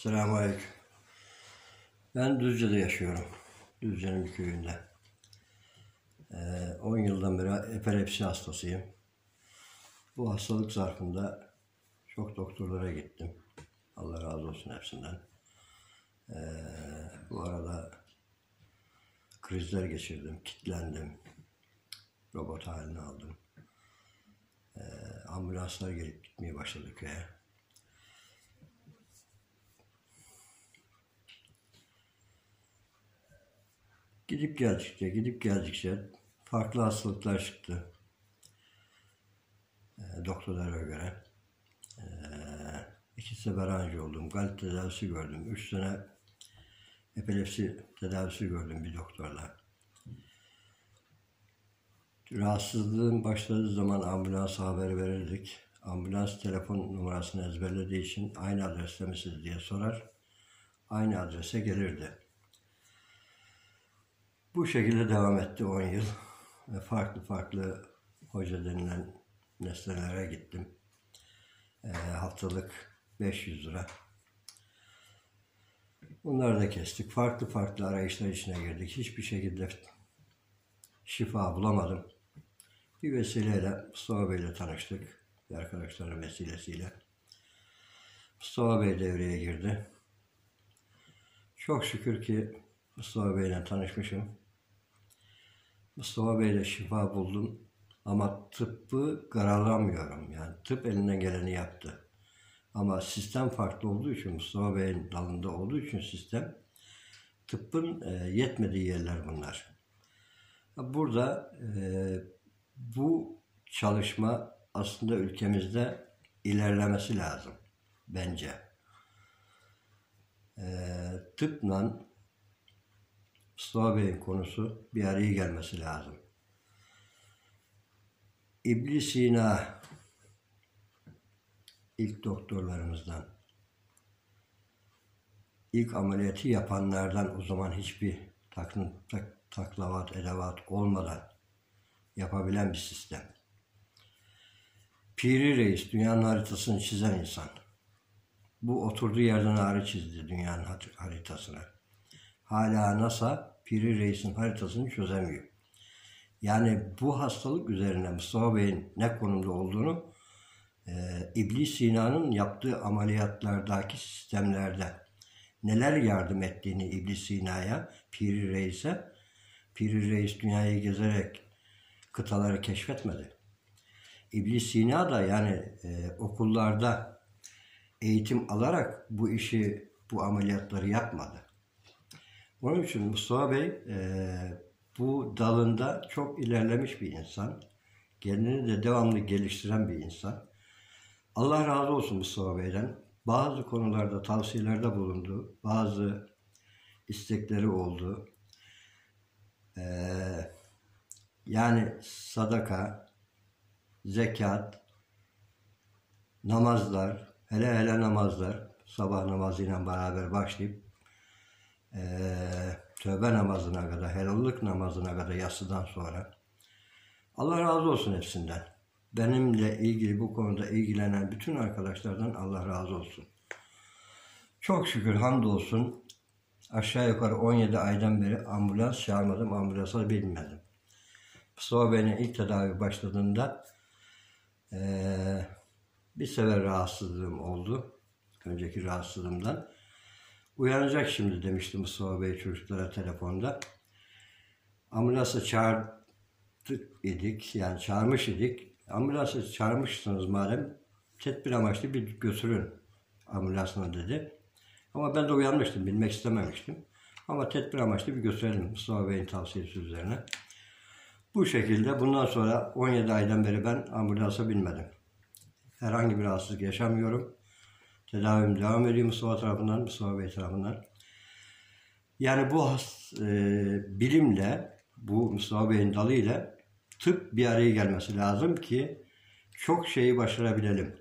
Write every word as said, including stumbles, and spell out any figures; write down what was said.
Selamünaleyküm. Ben Düzce'de yaşıyorum. Düzce'nin bir köyünde. Ee, on yıldan beri epilepsi hastasıyım. Bu hastalık zarfında çok doktorlara gittim. Allah razı olsun hepsinden. Ee, bu arada krizler geçirdim, kilitlendim. Robot haline aldım. Ee, ambulanslar gelip gitmeye başladı köye. Gidip geldikçe, gidip geldikçe farklı hastalıklar çıktı. E, doktorlara göre. E, iki sefer anjiyo oldum. Kalp tedavisi gördüm. Üç sene epilepsi tedavisi gördüm bir doktorla. Rahatsızlığım başladığı zaman ambulansa haber verirdik. Ambulans telefon numarasını ezberlediği için aynı adreste misiniz diye sorar. Aynı adrese gelirdi. Bu şekilde devam etti on yıl. Ve farklı farklı hoca denilen nesnelere gittim. E, haftalık beş yüz lira. Bunları da kestik. Farklı farklı arayışlar içine girdik. Hiçbir şekilde şifa bulamadım. Bir vesileyle Mustafa Bey ile tanıştık. Bir arkadaşların vesilesiyle. Mustafa Bey devreye girdi. Çok şükür ki Mustafa Bey ile tanışmışım. Mustafa Bey ile şifa buldum. Ama tıbbı karalamıyorum. Yani tıp elinden geleni yaptı. Ama sistem farklı olduğu için, Mustafa Bey'in dalında olduğu için sistem, tıbbın e, yetmediği yerler bunlar. Burada e, bu çalışma aslında ülkemizde ilerlemesi lazım bence. E, tıpla Mustafa Bey'in konusu bir araya gelmesi lazım. İbn Sina ilk doktorlarımızdan, ilk ameliyatı yapanlardan, o zaman hiçbir takın, tak, taklavat, edevat olmadan yapabilen bir sistem. Piri Reis dünyanın haritasını çizen insan. Bu oturduğu yerden ağrı çizdi dünyanın haritasını. Hala NASA Piri Reis'in haritasını çözemiyor. Yani bu hastalık üzerine Mustafa Bey'in ne konumda olduğunu e, İbn Sina'nın yaptığı ameliyatlardaki sistemlerde neler yardım ettiğini İbn Sina'ya, Piri Reis'e, Piri Reis dünyayı gezerek kıtaları keşfetmedi. İbn Sina da yani e, okullarda eğitim alarak bu işi, bu ameliyatları yapmadı. Onun için Mustafa Bey e, bu dalında çok ilerlemiş bir insan. Kendini de devamlı geliştiren bir insan. Allah razı olsun Mustafa Bey'den. Bazı konularda tavsiyelerde bulundu. Bazı istekleri oldu. Ee, yani sadaka, zekat, namazlar, hele hele namazlar, sabah namazıyla beraber başlayıp Ee, tövbe namazına kadar, helallik namazına kadar yatsıdan sonra. Allah razı olsun hepsinden. Benimle ilgili bu konuda ilgilenen bütün arkadaşlardan Allah razı olsun. Çok şükür hamdolsun aşağı yukarı on yedi aydan beri ambulans çağırmadım, ambulansa binmedim. Mustafa Bey'in ilk tedavi başladığında ee, bir sefer rahatsızlığım oldu. Önceki rahatsızlığımdan. Uyanacak şimdi demişti Mustafa Bey çocuklara telefonda. Ambulansa çağırdık idik, yani çağırmış idik. Ambulansa çağırmışsınız madem, tedbir amaçlı bir götürün ambulansına dedi. Ama ben de uyanmıştım, bilmek istememiştim. Ama tedbir amaçlı bir götürelim Mustafa Bey'in tavsiyesi üzerine. Bu şekilde bundan sonra on yedi aydan beri ben ambulansa binmedim. Herhangi bir rahatsızlık yaşamıyorum. Tedavim devam ediyor Mustafa tarafından, Mustafa Bey tarafından. Yani bu e, bilimle, bu Mustafa Bey'in dalıyla tıp bir araya gelmesi lazım ki çok şeyi başarabilelim.